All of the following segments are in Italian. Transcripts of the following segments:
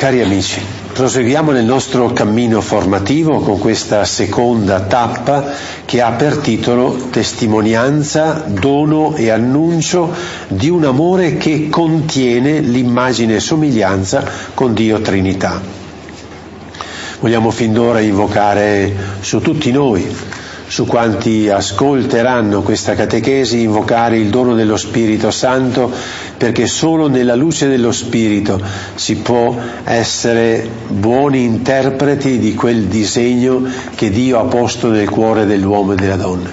Cari amici, proseguiamo nel nostro cammino formativo con questa seconda tappa che ha per titolo Testimonianza, dono e annuncio di un amore che contiene l'immagine e somiglianza con Dio Trinità. Vogliamo fin d'ora invocare su tutti noi, su quanti ascolteranno questa catechesi, invocare il dono dello Spirito Santo, perché solo nella luce dello Spirito si può essere buoni interpreti di quel disegno che Dio ha posto nel cuore dell'uomo e della donna.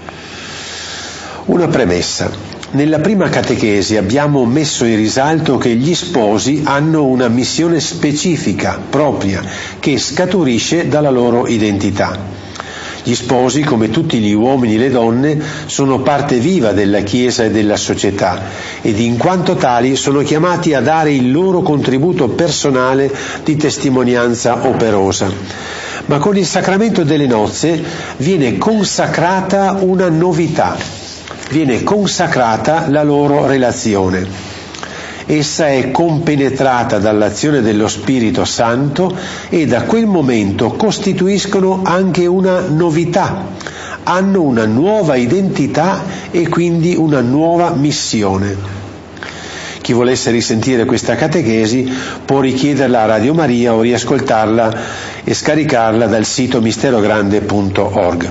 Una premessa. Nella prima catechesi abbiamo messo in risalto che gli sposi hanno una missione specifica, propria, che scaturisce dalla loro identità. Gli sposi, come tutti gli uomini e le donne, sono parte viva della Chiesa e della società ed in quanto tali sono chiamati a dare il loro contributo personale di testimonianza operosa. Ma con il sacramento delle nozze viene consacrata una novità, viene consacrata la loro relazione. Essa è compenetrata dall'azione dello Spirito Santo e da quel momento costituiscono anche una novità, hanno una nuova identità e quindi una nuova missione. Chi volesse risentire questa catechesi può richiederla a Radio Maria o riascoltarla e scaricarla dal sito misterogrande.org.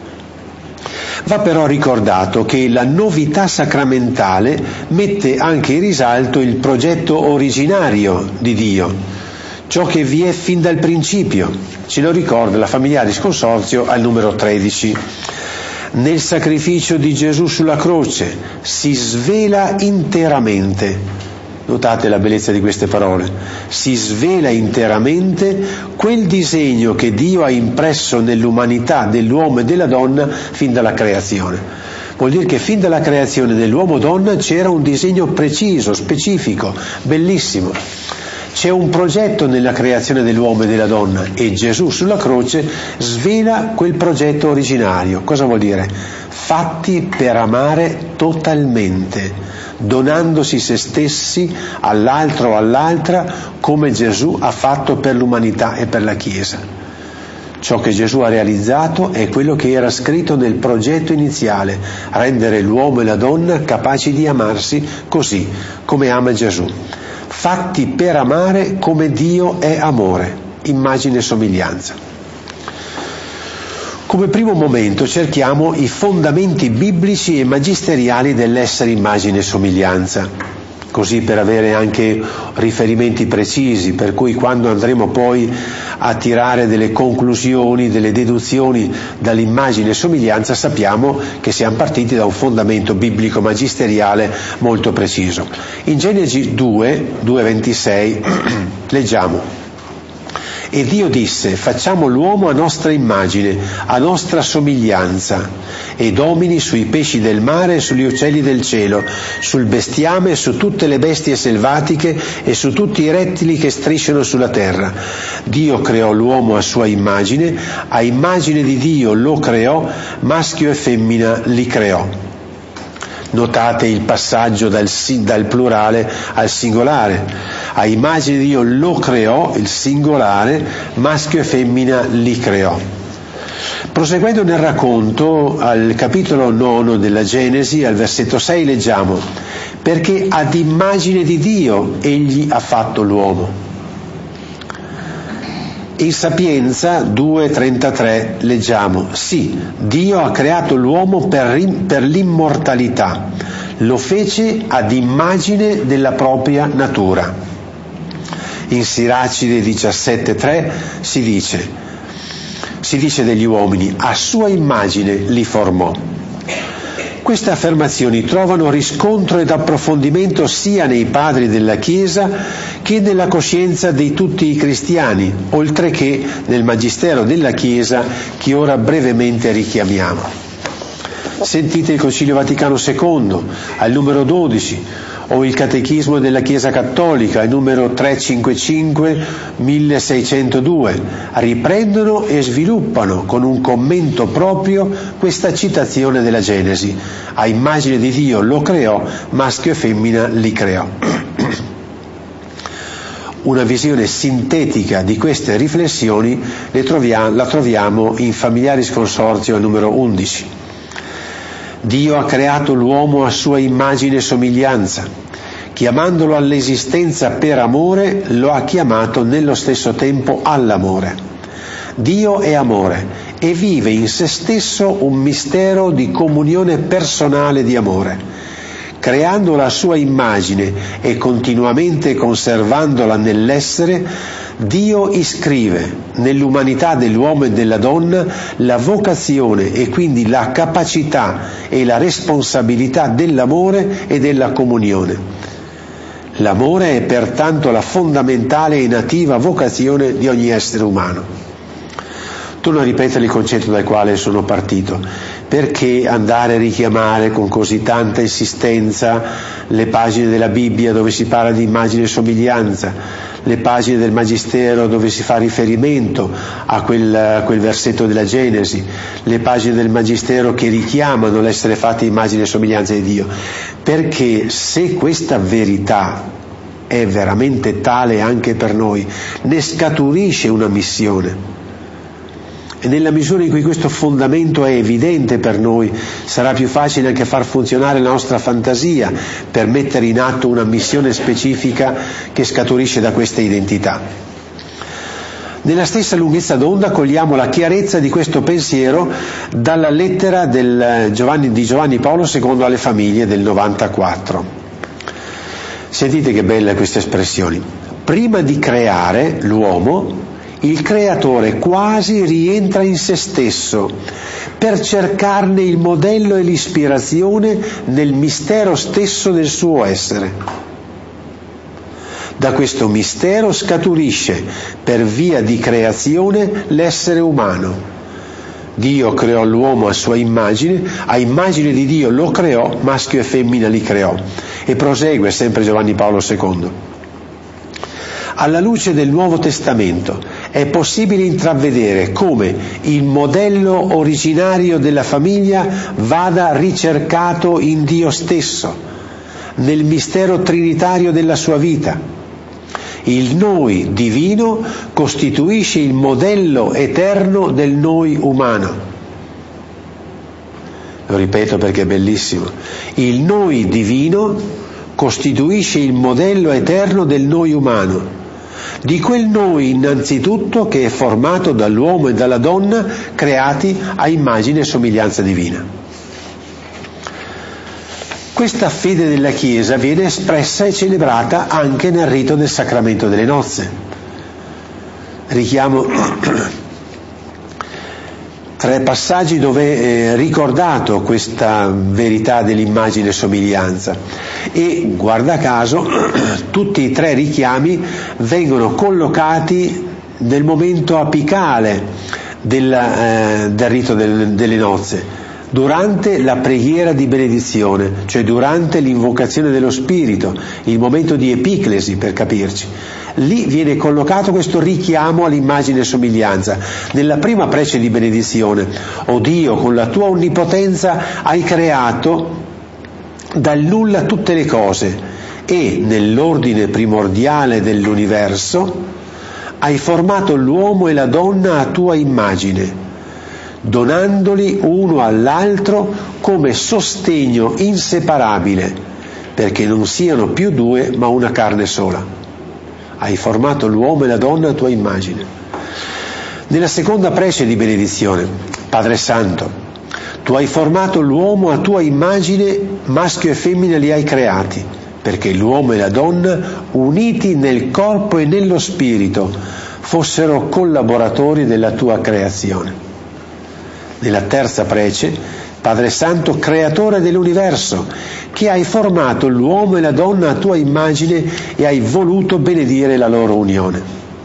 Va però ricordato che la novità sacramentale mette anche in risalto il progetto originario di Dio, ciò che vi è fin dal principio. Ce lo ricorda la Familiaris Consortio al numero 13. Nel sacrificio di Gesù sulla croce si svela interamente. Notate la bellezza di queste parole. Si svela interamente quel disegno che Dio ha impresso nell'umanità dell'uomo e della donna fin dalla creazione. Vuol dire che fin dalla creazione dell'uomo e donna c'era un disegno preciso, specifico, bellissimo. C'è un progetto nella creazione dell'uomo e della donna e Gesù sulla croce svela quel progetto originario. Cosa vuol dire? Fatti per amare totalmente, donandosi se stessi all'altro o all'altra come Gesù ha fatto per l'umanità e per la Chiesa. Ciò che Gesù ha realizzato è quello che era scritto nel progetto iniziale, rendere l'uomo e la donna capaci di amarsi così come ama Gesù. Fatti per amare come Dio è amore, immagine e somiglianza. Come primo momento cerchiamo i fondamenti biblici e magisteriali dell'essere immagine e somiglianza, così per avere anche riferimenti precisi, per cui quando andremo poi a tirare delle conclusioni, delle deduzioni dall'immagine e somiglianza, sappiamo che siamo partiti da un fondamento biblico magisteriale molto preciso. In Genesi 2:26 leggiamo: E Dio disse: facciamo l'uomo a nostra immagine, a nostra somiglianza, e domini sui pesci del mare e sugli uccelli del cielo, sul bestiame e su tutte le bestie selvatiche e su tutti i rettili che strisciano sulla terra. Dio creò l'uomo a sua immagine, a immagine di Dio lo creò, maschio e femmina li creò. Notate il passaggio dal plurale al singolare. A immagine di Dio lo creò, il singolare, maschio e femmina li creò. Proseguendo nel racconto, al capitolo 9 della Genesi, al versetto 6 leggiamo: perché ad immagine di Dio egli ha fatto l'uomo. In Sapienza 2:33 leggiamo: sì, Dio ha creato l'uomo per l'immortalità, lo fece ad immagine della propria natura. In Siracide 17:3 si dice degli uomini: a sua immagine li formò. Queste affermazioni trovano riscontro ed approfondimento sia nei padri della Chiesa che nella coscienza di tutti i cristiani, oltre che nel magistero della Chiesa che ora brevemente richiamiamo. Sentite il Concilio Vaticano II al numero 12 o il Catechismo della Chiesa Cattolica al numero 355-1602, riprendono e sviluppano con un commento proprio questa citazione della Genesi: a immagine di Dio lo creò, maschio e femmina li creò. Una visione sintetica di queste riflessioni la troviamo in Familiaris Consortio numero 11. Dio ha creato l'uomo a sua immagine e somiglianza. Chiamandolo all'esistenza per amore, lo ha chiamato nello stesso tempo all'amore. Dio è amore e vive in se stesso un mistero di comunione personale di amore. Creando la sua immagine e continuamente conservandola nell'essere, Dio iscrive nell'umanità dell'uomo e della donna la vocazione e quindi la capacità e la responsabilità dell'amore e della comunione. L'amore è pertanto la fondamentale e nativa vocazione di ogni essere umano. Torno a ripetere il concetto dal quale sono partito. Perché andare a richiamare con così tanta insistenza le pagine della Bibbia dove si parla di immagine e somiglianza, le pagine del Magistero dove si fa riferimento a quel versetto della Genesi, le pagine del Magistero che richiamano l'essere fatti immagine e somiglianza di Dio? Perché se questa verità è veramente tale anche per noi, ne scaturisce una missione. E nella misura in cui questo fondamento è evidente per noi, sarà più facile anche far funzionare la nostra fantasia per mettere in atto una missione specifica che scaturisce da questa identità. Nella stessa lunghezza d'onda cogliamo la chiarezza di questo pensiero dalla lettera di Giovanni Paolo II alle famiglie del 94. Sentite che belle queste espressioni. Prima di creare l'uomo, il creatore quasi rientra in se stesso per cercarne il modello e l'ispirazione nel mistero stesso del suo essere. Da questo mistero scaturisce per via di creazione l'essere umano. Dio creò l'uomo a sua immagine, a immagine di Dio lo creò, maschio e femmina li creò. E prosegue sempre Giovanni Paolo II. Alla luce del Nuovo Testamento è possibile intravedere come il modello originario della famiglia vada ricercato in Dio stesso, nel mistero trinitario della sua vita. Il noi divino costituisce il modello eterno del noi umano. Lo ripeto perché è bellissimo. Il noi divino costituisce il modello eterno del noi umano. Di quel noi innanzitutto che è formato dall'uomo e dalla donna creati a immagine e somiglianza divina. Questa fede della Chiesa viene espressa e celebrata anche nel rito del sacramento delle nozze. Richiamo tre passaggi dove è ricordato questa verità dell'immagine e somiglianza e, guarda caso, tutti e tre richiami vengono collocati nel momento apicale del rito delle nozze, durante la preghiera di benedizione, cioè durante l'invocazione dello Spirito, il momento di epiclesi per capirci. Lì viene collocato questo richiamo all'immagine e somiglianza. Nella prima prece di benedizione: o Dio, con la tua onnipotenza hai creato dal nulla tutte le cose e nell'ordine primordiale dell'universo hai formato l'uomo e la donna a tua immagine, donandoli uno all'altro come sostegno inseparabile, perché non siano più due ma una carne sola. Hai formato l'uomo e la donna a tua immagine. Nella seconda prece di benedizione: Padre Santo, tu hai formato l'uomo a tua immagine, maschio e femmina li hai creati, perché l'uomo e la donna, uniti nel corpo e nello spirito, fossero collaboratori della tua creazione. Nella terza prece: Padre Santo, creatore dell'universo, che hai formato l'uomo e la donna a tua immagine e hai voluto benedire la loro unione.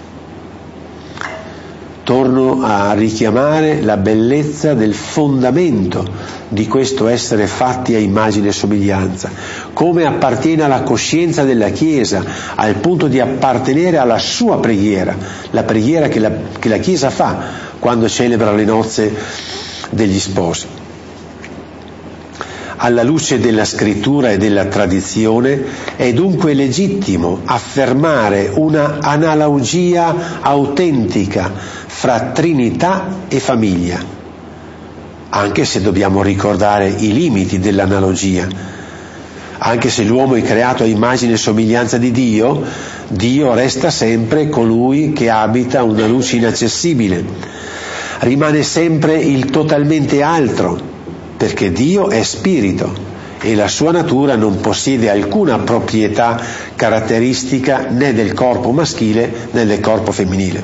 Torno a richiamare la bellezza del fondamento di questo essere fatti a immagine e somiglianza, come appartiene alla coscienza della Chiesa, al punto di appartenere alla sua preghiera, la preghiera che la Chiesa fa quando celebra le nozze degli sposi. Alla luce della scrittura e della tradizione è dunque legittimo affermare una analogia autentica fra Trinità e famiglia, anche se dobbiamo ricordare i limiti dell'analogia. Anche se l'uomo è creato a immagine e somiglianza di Dio, Dio resta sempre colui che abita una luce inaccessibile. Rimane sempre il totalmente altro, perché Dio è spirito e la sua natura non possiede alcuna proprietà caratteristica né del corpo maschile né del corpo femminile.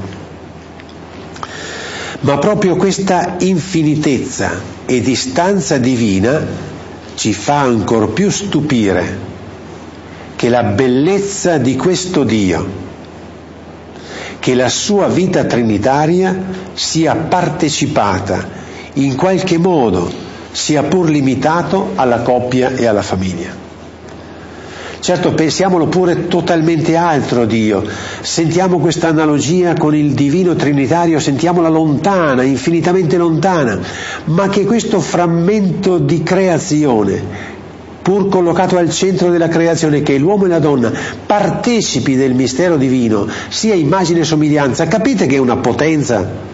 Ma proprio questa infinitezza e distanza divina ci fa ancor più stupire che la bellezza di questo Dio, che la sua vita trinitaria sia partecipata in qualche modo, sia pur limitato alla coppia e alla famiglia. Certo, pensiamolo pure totalmente altro Dio, sentiamo questa analogia con il divino trinitario, sentiamola lontana, infinitamente lontana, ma che questo frammento di creazione, pur collocato al centro della creazione, che è l'uomo e la donna, partecipi del mistero divino, sia immagine e somiglianza, capite che è una potenza?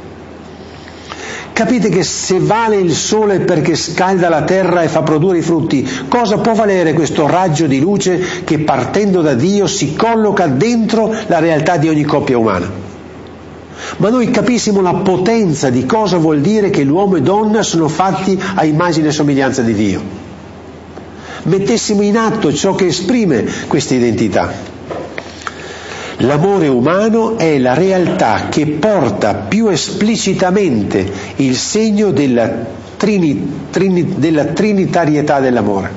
Capite che se vale il sole perché scalda la terra e fa produrre i frutti, cosa può valere questo raggio di luce che partendo da Dio si colloca dentro la realtà di ogni coppia umana? Ma noi capissimo la potenza di cosa vuol dire che l'uomo e donna sono fatti a immagine e somiglianza di Dio. Mettessimo in atto ciò che esprime questa identità. L'amore umano è la realtà che porta più esplicitamente il segno della trinitarietà dell'amore.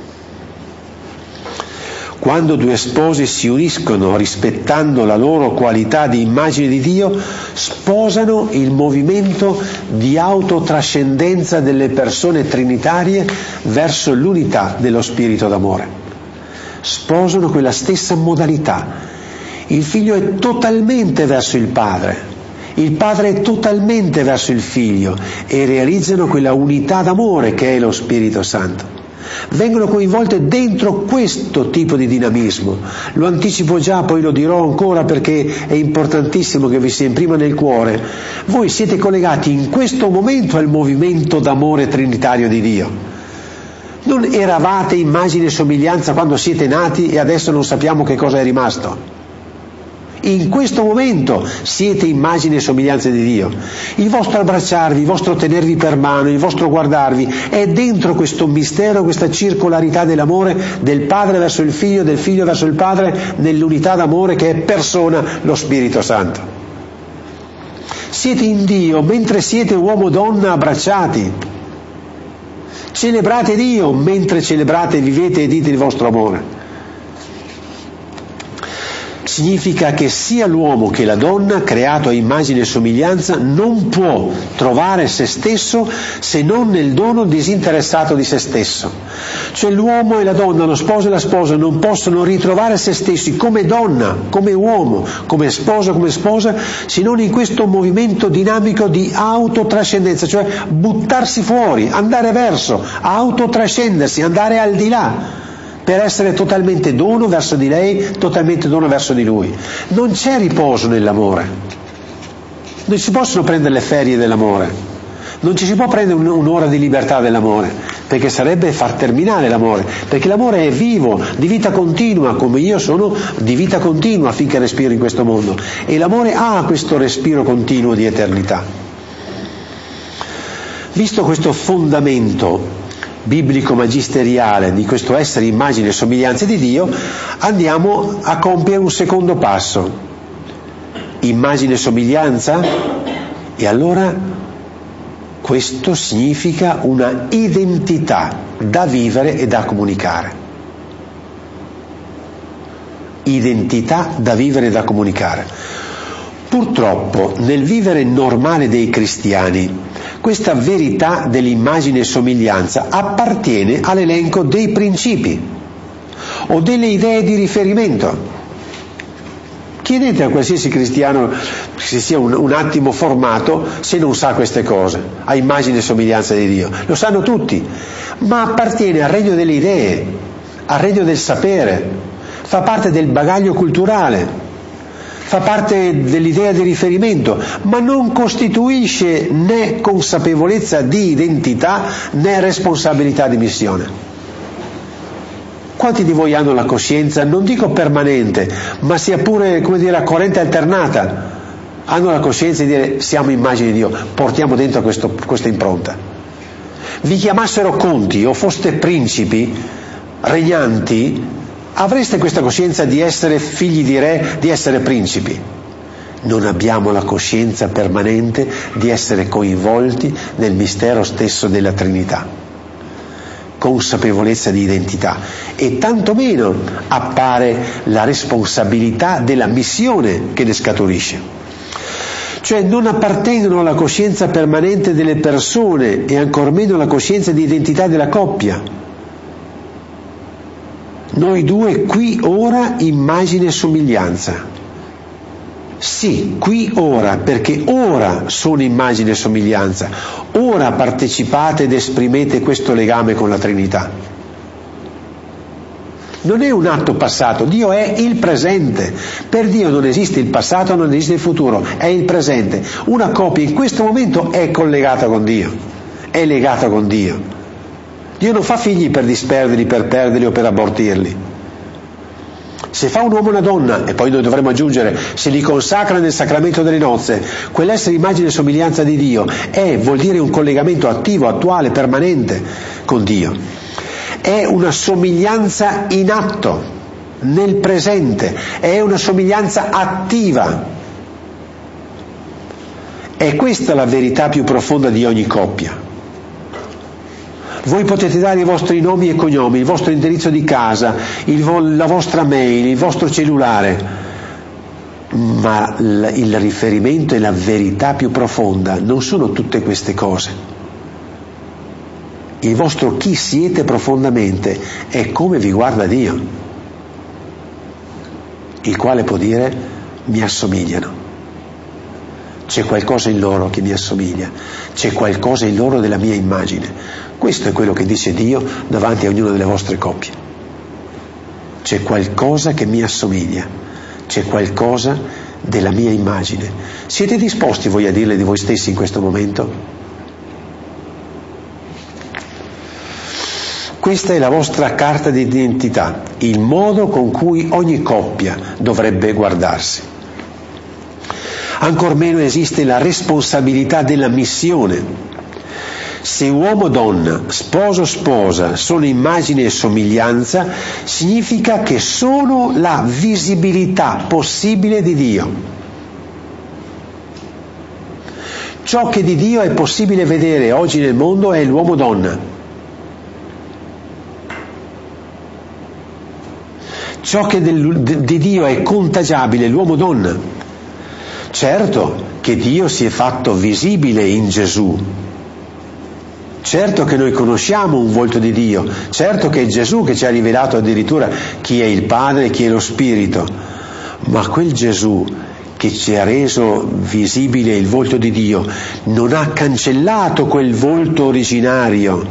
Quando due sposi si uniscono rispettando la loro qualità di immagine di Dio, sposano il movimento di autotrascendenza delle persone trinitarie verso l'unità dello spirito d'amore. Sposano quella stessa modalità. Il figlio è totalmente verso il padre è totalmente verso il figlio e realizzano quella unità d'amore che è lo Spirito Santo. Vengono coinvolte dentro questo tipo di dinamismo. Lo anticipo già, poi lo dirò ancora perché è importantissimo che vi si imprima nel cuore. Voi siete collegati in questo momento al movimento d'amore trinitario di Dio. Non eravate immagine e somiglianza quando siete nati e adesso non sappiamo che cosa è rimasto. In questo momento siete immagine e somiglianza di Dio. Il vostro abbracciarvi, il vostro tenervi per mano, il vostro guardarvi è dentro questo mistero, questa circolarità dell'amore del Padre verso il Figlio, del Figlio verso il Padre, nell'unità d'amore che è persona, lo Spirito Santo. Siete in Dio mentre siete uomo-donna abbracciati. Celebrate Dio mentre celebrate, vivete e dite il vostro amore. Significa che sia l'uomo che la donna, creato a immagine e somiglianza, non può trovare se stesso se non nel dono disinteressato di se stesso. Cioè l'uomo e la donna, lo sposo e la sposa non possono ritrovare se stessi come donna, come uomo, come sposa, se non in questo movimento dinamico di autotrascendenza, cioè buttarsi fuori, andare verso, autotrascendersi, andare al di là, per essere totalmente dono verso di lei, totalmente dono verso di lui. Non c'è riposo nell'amore. Non si possono prendere le ferie dell'amore. Non ci si può prendere un'ora di libertà dell'amore, perché sarebbe far terminare l'amore, perché l'amore è vivo, di vita continua, come io sono di vita continua finché respiro in questo mondo. E l'amore ha questo respiro continuo di eternità. Visto questo fondamento biblico magisteriale di questo essere immagine e somiglianza di Dio, andiamo a compiere un secondo passo. Immagine e somiglianza? E allora questo significa una identità da vivere e da comunicare. Identità da vivere e da comunicare. Purtroppo nel vivere normale dei cristiani questa verità dell'immagine e somiglianza appartiene all'elenco dei principi o delle idee di riferimento. Chiedete a qualsiasi cristiano che si sia un attimo formato se non sa queste cose, a immagine e somiglianza di Dio. Lo sanno tutti, ma appartiene al regno delle idee, al regno del sapere, fa parte del bagaglio culturale, fa parte dell'idea di riferimento, ma non costituisce né consapevolezza di identità né responsabilità di missione. Quanti di voi hanno la coscienza, non dico permanente, ma sia pure, a corrente alternata, hanno la coscienza di dire siamo immagini di Dio, portiamo dentro questa impronta. Vi chiamassero conti o foste principi, regnanti, avreste questa coscienza di essere figli di re, di essere principi. Non abbiamo la coscienza permanente di essere coinvolti nel mistero stesso della Trinità. Consapevolezza di identità, e tantomeno appare la responsabilità della missione che ne scaturisce. Cioè non appartengono alla coscienza permanente delle persone e ancor meno alla coscienza di identità della coppia. Noi due qui ora immagine e somiglianza. Sì, qui ora, perché ora sono immagine e somiglianza, ora partecipate ed esprimete questo legame con la Trinità. Non è un atto passato, Dio è il presente. Per Dio non esiste il passato, non esiste il futuro, è il presente. Una coppia in questo momento è collegata con Dio, è legata con Dio. Dio non fa figli per disperderli, per perderli o per abortirli. Se fa un uomo e una donna, e poi noi dovremmo aggiungere, se li consacra nel sacramento delle nozze, quell'essere immagine e somiglianza di Dio vuol dire un collegamento attivo, attuale, permanente con Dio. È una somiglianza in atto, nel presente, è una somiglianza attiva. È questa la verità più profonda di ogni coppia. Voi potete dare i vostri nomi e cognomi, il vostro indirizzo di casa, la vostra mail, il vostro cellulare, ma il riferimento e la verità più profonda non sono tutte queste cose. Il vostro chi siete profondamente è come vi guarda Dio, il quale può dire mi assomigliano. C'è qualcosa in loro che mi assomiglia, c'è qualcosa in loro della mia immagine. Questo è quello che dice Dio davanti a ognuna delle vostre coppie. C'è qualcosa che mi assomiglia, c'è qualcosa della mia immagine. Siete disposti voi a dirle di voi stessi in questo momento? Questa è la vostra carta di identità, il modo con cui ogni coppia dovrebbe guardarsi. Ancor meno esiste la responsabilità della missione. Se uomo, donna, sposo, sposa sono immagine e somiglianza, significa che sono la visibilità possibile di Dio. Ciò che di Dio è possibile vedere oggi nel mondo è l'uomo-donna. Ciò che di Dio è contagiabile è l'uomo-donna. Certo che Dio si è fatto visibile in Gesù. Certo che noi conosciamo un volto di Dio, certo che è Gesù che ci ha rivelato addirittura chi è il Padre e chi è lo Spirito, ma quel Gesù che ci ha reso visibile il volto di Dio non ha cancellato quel volto originario.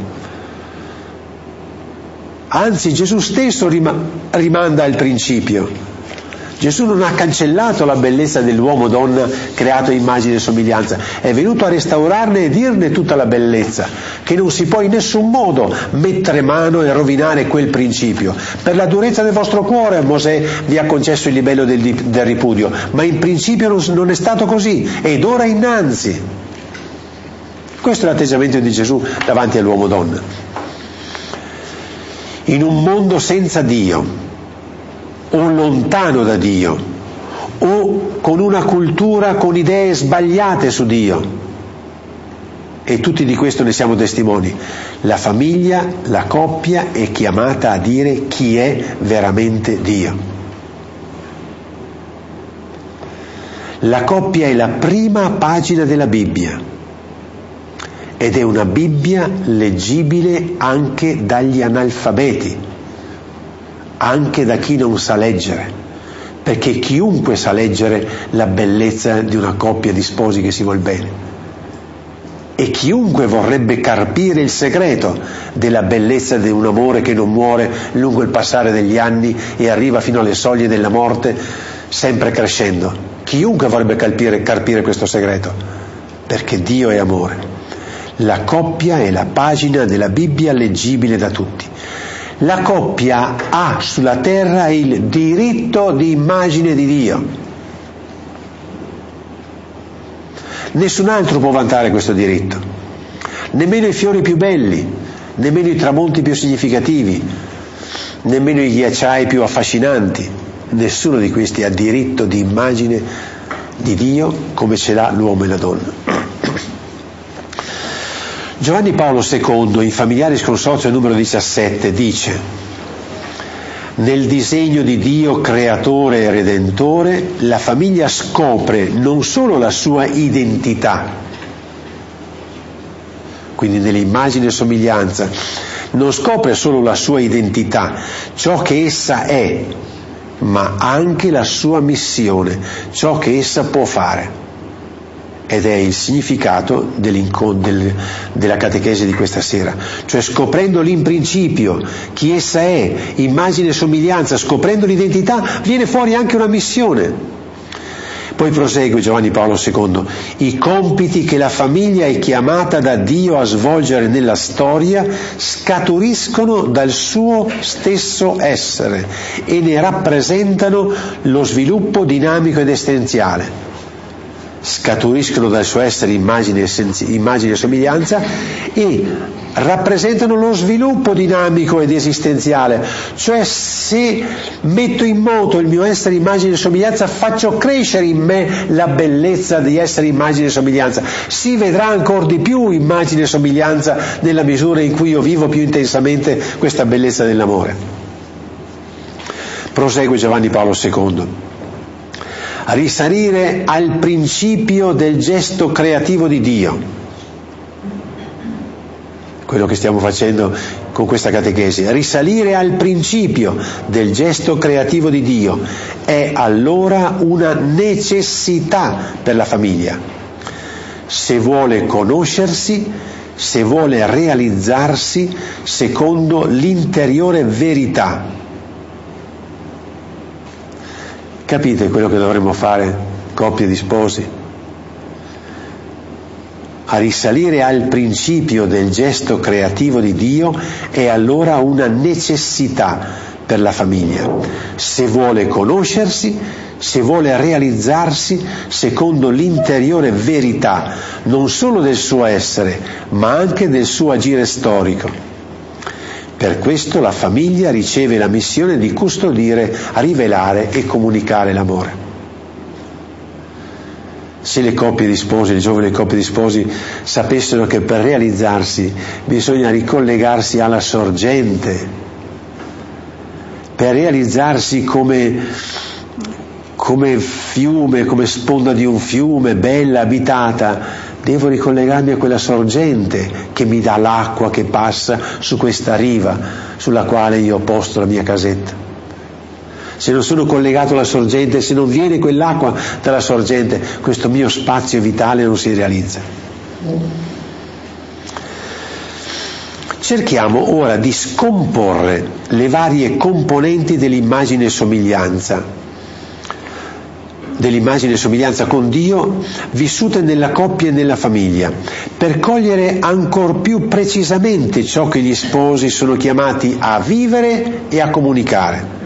Anzi, Gesù stesso rimanda al principio. Gesù non ha cancellato la bellezza dell'uomo-donna creato in immagine e somiglianza, è venuto a restaurarne e dirne tutta la bellezza, che non si può in nessun modo mettere mano e rovinare quel principio. Per la durezza del vostro cuore Mosè vi ha concesso il livello del ripudio, ma in principio non è stato così, ed ora innanzi. Questo è l'atteggiamento di Gesù davanti all'uomo-donna. In un mondo senza Dio, o lontano da Dio, o con una cultura con idee sbagliate su Dio, e tutti di questo ne siamo testimoni, la famiglia, la coppia è chiamata a dire chi è veramente Dio. La coppia è la prima pagina della Bibbia ed è una Bibbia leggibile anche dagli analfabeti, anche da chi non sa leggere, perché chiunque sa leggere la bellezza di una coppia di sposi che si vuol bene. E chiunque vorrebbe carpire il segreto della bellezza di un amore che non muore lungo il passare degli anni e arriva fino alle soglie della morte, sempre crescendo. Chiunque vorrebbe carpire questo segreto, perché Dio è amore. La coppia è la pagina della Bibbia leggibile da tutti. La coppia ha sulla terra il diritto di immagine di Dio. Nessun altro può vantare questo diritto, nemmeno i fiori più belli, nemmeno i tramonti più significativi, nemmeno i ghiacciai più affascinanti. Nessuno di questi ha diritto di immagine di Dio come ce l'ha l'uomo e la donna. Giovanni Paolo II, in Familiaris Consortio numero 17, dice: nel disegno di Dio creatore e redentore, la famiglia scopre non solo la sua identità, quindi nell'immagine e somiglianza, non scopre solo la sua identità, ciò che essa è, ma anche la sua missione, ciò che essa può fare. Ed è il significato della catechesi di questa sera, cioè scoprendoli in principio chi essa è, immagine e somiglianza, scoprendo l'identità, viene fuori anche una missione. Poi prosegue Giovanni Paolo II: i compiti che la famiglia è chiamata da Dio a svolgere nella storia scaturiscono dal suo stesso essere e ne rappresentano lo sviluppo dinamico ed essenziale. Scaturiscono dal suo essere immagine e somiglianza e rappresentano lo sviluppo dinamico ed esistenziale, cioè se metto in moto il mio essere immagine e somiglianza faccio crescere in me la bellezza di essere immagine e somiglianza. Si vedrà ancora di più immagine e somiglianza nella misura in cui io vivo più intensamente questa bellezza dell'amore. Prosegue Giovanni Paolo II: risalire al principio del gesto creativo di Dio. Quello che stiamo facendo con questa catechesi, risalire al principio del gesto creativo di Dio è allora una necessità per la famiglia, se vuole conoscersi, se vuole realizzarsi secondo l'interiore verità. Capite quello che dovremmo fare, coppie di sposi? A risalire al principio del gesto creativo di Dio è allora una necessità per la famiglia, se vuole conoscersi, se vuole realizzarsi secondo l'interiore verità, non solo del suo essere, ma anche del suo agire storico. Per questo la famiglia riceve la missione di custodire, rivelare e comunicare l'amore. Se le coppie di sposi, le giovani coppie di sposi sapessero che per realizzarsi bisogna ricollegarsi alla sorgente, per realizzarsi come fiume, come sponda di un fiume, bella, abitata, devo ricollegarmi a quella sorgente che mi dà l'acqua che passa su questa riva sulla quale io ho posto la mia casetta. Se non sono collegato alla sorgente, se non viene quell'acqua dalla sorgente, questo mio spazio vitale non si realizza. Cerchiamo ora di scomporre le varie componenti dell'immagine e somiglianza con Dio vissute nella coppia e nella famiglia, per cogliere ancor più precisamente ciò che gli sposi sono chiamati a vivere e a comunicare.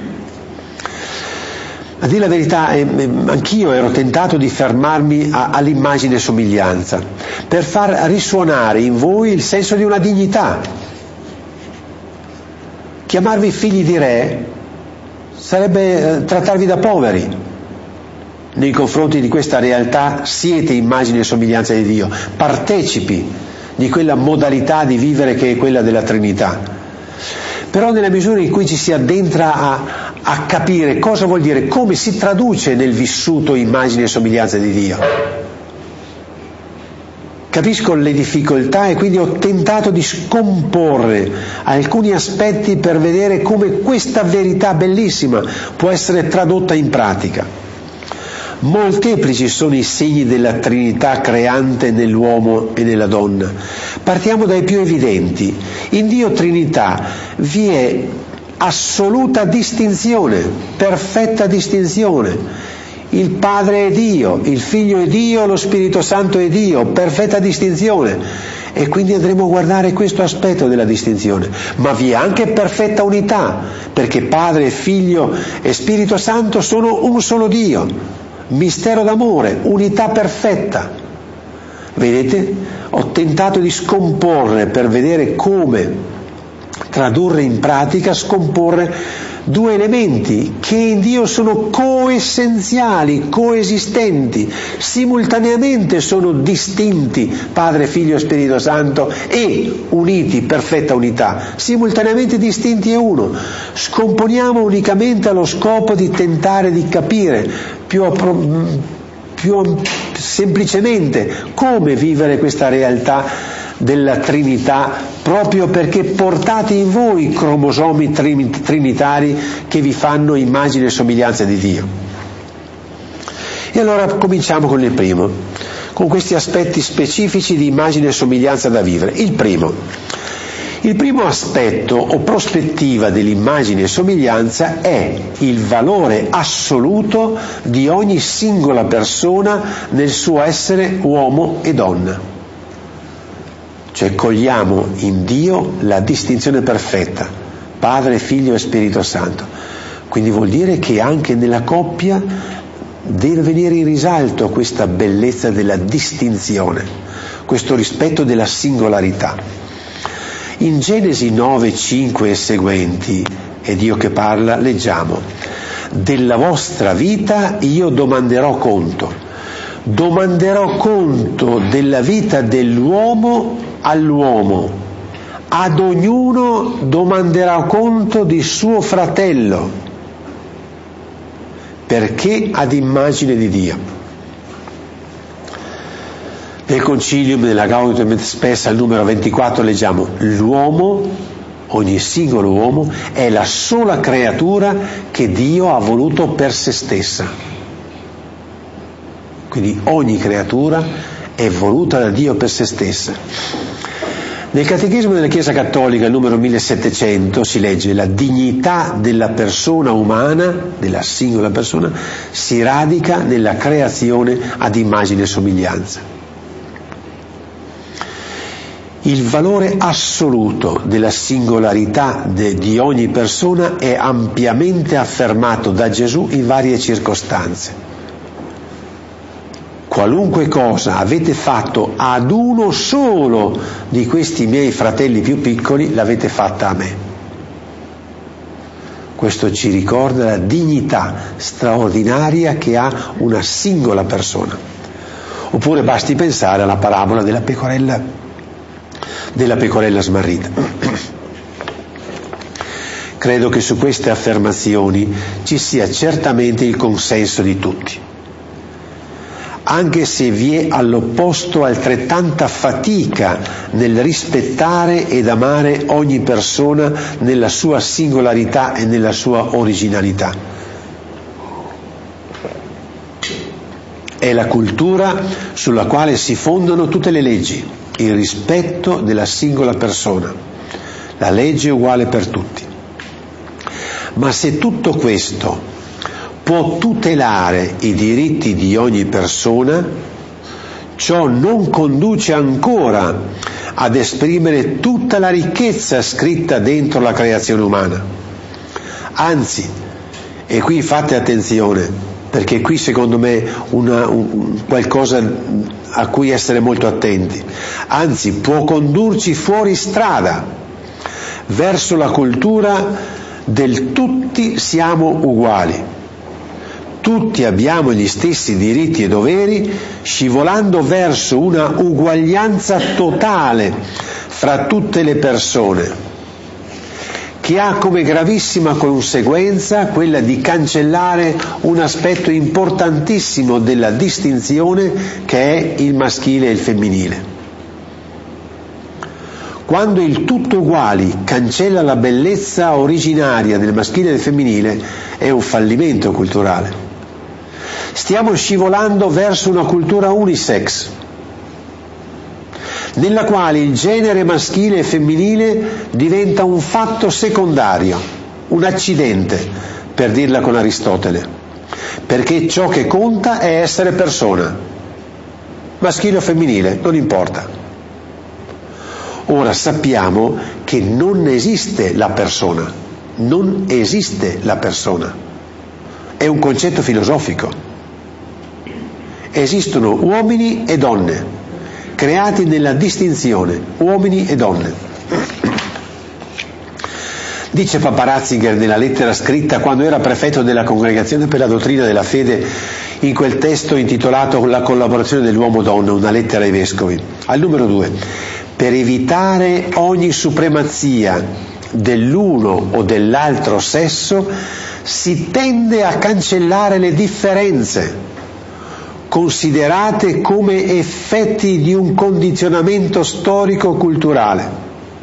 A dire la verità, anch'io ero tentato di fermarmi all'immagine e somiglianza, per far risuonare in voi il senso di una dignità. Chiamarvi figli di re sarebbe trattarvi da poveri. Nei confronti di questa realtà siete immagine e somiglianza di Dio, partecipi di quella modalità di vivere che è quella della Trinità. Però nella misura in cui ci si addentra a capire cosa vuol dire, come si traduce nel vissuto immagine e somiglianza di Dio, Capisco le difficoltà e quindi ho tentato di scomporre alcuni aspetti per vedere come questa verità bellissima può essere tradotta in pratica. Molteplici sono i segni della Trinità creante nell'uomo e nella donna. Partiamo dai più evidenti. In Dio Trinità vi è assoluta distinzione, perfetta distinzione. Il Padre è Dio, il Figlio è Dio, lo Spirito Santo è Dio, perfetta distinzione. E quindi andremo a guardare questo aspetto della distinzione. Ma vi è anche perfetta unità, perché Padre, Figlio e Spirito Santo sono un solo Dio. Mistero d'amore, unità perfetta. Vedete? Ho tentato di scomporre per vedere come tradurre in pratica, scomporre due elementi che in Dio sono coessenziali, coesistenti, simultaneamente sono distinti, Padre, Figlio e Spirito Santo, e uniti, perfetta unità, simultaneamente distinti è uno. Scomponiamo unicamente allo scopo di tentare di capire più semplicemente come vivere questa realtà della Trinità, proprio perché portate in voi i cromosomi trinitari che vi fanno immagine e somiglianza di Dio. E allora cominciamo con il primo, con questi aspetti specifici di immagine e somiglianza da vivere. Il primo aspetto o prospettiva dell'immagine e somiglianza è il valore assoluto di ogni singola persona nel suo essere uomo e donna. Cioè cogliamo in Dio la distinzione perfetta, Padre, Figlio e Spirito Santo. Quindi vuol dire che anche nella coppia deve venire in risalto questa bellezza della distinzione, questo rispetto della singolarità. In Genesi 9, 5 e seguenti, è Dio che parla, leggiamo: della vostra vita io domanderò conto della vita dell'uomo all'uomo, ad ognuno domanderà conto di suo fratello, perché ad immagine di Dio. Nel Concilium, nella Gaudium et Spes al numero 24 leggiamo: l'uomo, ogni singolo uomo, è la sola creatura che Dio ha voluto per se stessa. Quindi ogni creatura è voluta da Dio per se stessa. Nel Catechismo della Chiesa Cattolica, il numero 1700, si legge: la dignità della persona umana, della singola persona, si radica nella creazione ad immagine e somiglianza. Il valore assoluto della singolarità di ogni persona è ampiamente affermato da Gesù in varie circostanze. Qualunque cosa avete fatto ad uno solo di questi miei fratelli più piccoli, l'avete fatta a me. Questo ci ricorda la dignità straordinaria che ha una singola persona. Oppure basti pensare alla parabola della pecorella smarrita. Credo che su queste affermazioni ci sia certamente il consenso di tutti. Anche se vi è all'opposto altrettanta fatica nel rispettare ed amare ogni persona nella sua singolarità e nella sua originalità. È la cultura sulla quale si fondano tutte le leggi, il rispetto della singola persona, la legge è uguale per tutti. Ma se tutto questo può tutelare i diritti di ogni persona, ciò non conduce ancora ad esprimere tutta la ricchezza scritta dentro la creazione umana. Anzi, e qui fate attenzione, perché qui secondo me qualcosa a cui essere molto attenti, anzi può condurci fuori strada verso la cultura del tutti siamo uguali. Tutti abbiamo gli stessi diritti e doveri, scivolando verso una uguaglianza totale fra tutte le persone, che ha come gravissima conseguenza quella di cancellare un aspetto importantissimo della distinzione che è il maschile e il femminile. Quando il tutto uguali cancella la bellezza originaria del maschile e del femminile, è un fallimento culturale. Stiamo scivolando verso una cultura unisex, nella quale il genere maschile e femminile diventa un fatto secondario, un accidente, per dirla con Aristotele, perché ciò che conta è essere persona, maschile o femminile, non importa. Ora sappiamo che non esiste la persona, non esiste la persona, è un concetto filosofico. Esistono uomini e donne, creati nella distinzione, uomini e donne. Dice Papa Ratzinger nella lettera scritta quando era prefetto della Congregazione per la Dottrina della Fede, in quel testo intitolato La collaborazione dell'uomo-donna, una lettera ai vescovi, al numero 2, per evitare ogni supremazia dell'uno o dell'altro sesso si tende a cancellare le differenze, considerate come effetti di un condizionamento storico-culturale.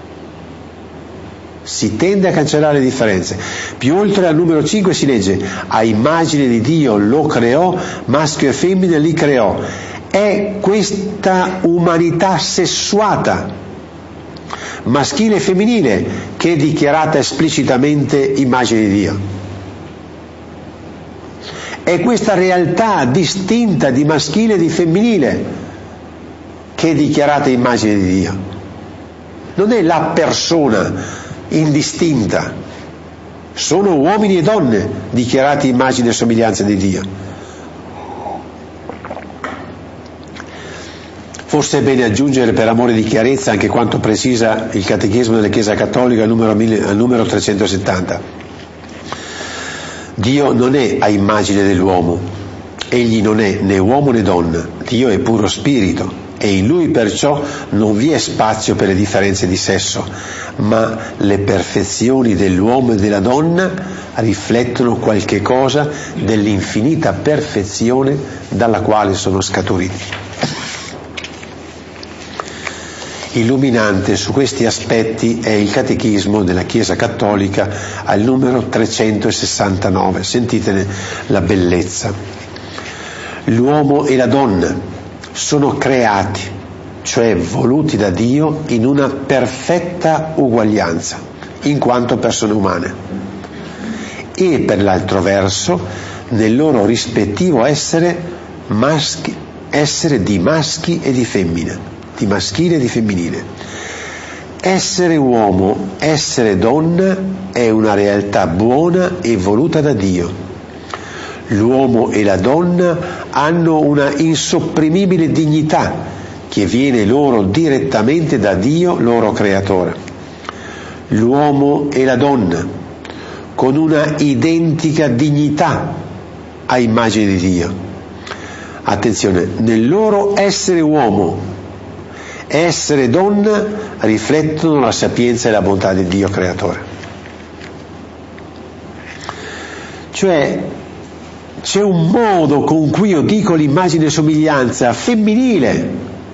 Si tende a cancellare le differenze. Più oltre al numero 5 si legge: a immagine di Dio lo creò, maschio e femmina li creò. È questa umanità sessuata, maschile e femminile, che è dichiarata esplicitamente immagine di Dio. È questa realtà distinta di maschile e di femminile che è dichiarata immagine di Dio. Non è la persona indistinta, sono uomini e donne dichiarati immagine e somiglianza di Dio. Forse è bene aggiungere, per amore di chiarezza, anche quanto precisa il Catechismo della Chiesa Cattolica al numero 370. Dio non è a immagine dell'uomo, egli non è né uomo né donna, Dio è puro spirito e in lui perciò non vi è spazio per le differenze di sesso, ma le perfezioni dell'uomo e della donna riflettono qualche cosa dell'infinita perfezione dalla quale sono scaturiti. Illuminante su questi aspetti è il Catechismo della Chiesa Cattolica al numero 369. Sentitene la bellezza. L'uomo e la donna sono creati, cioè voluti da Dio, in una perfetta uguaglianza, in quanto persone umane. E per l'altro verso, nel loro rispettivo essere di maschi e di femmine, di maschile e di femminile. Essere uomo, essere donna è una realtà buona e voluta da Dio. L'uomo e la donna hanno una insopprimibile dignità che viene loro direttamente da Dio, loro creatore. L'uomo e la donna con una identica dignità a immagine di Dio. Attenzione, nel loro essere uomo e essere donna riflettono la sapienza e la bontà di Dio creatore. Cioè c'è un modo con cui io dico l'immagine e somiglianza femminile,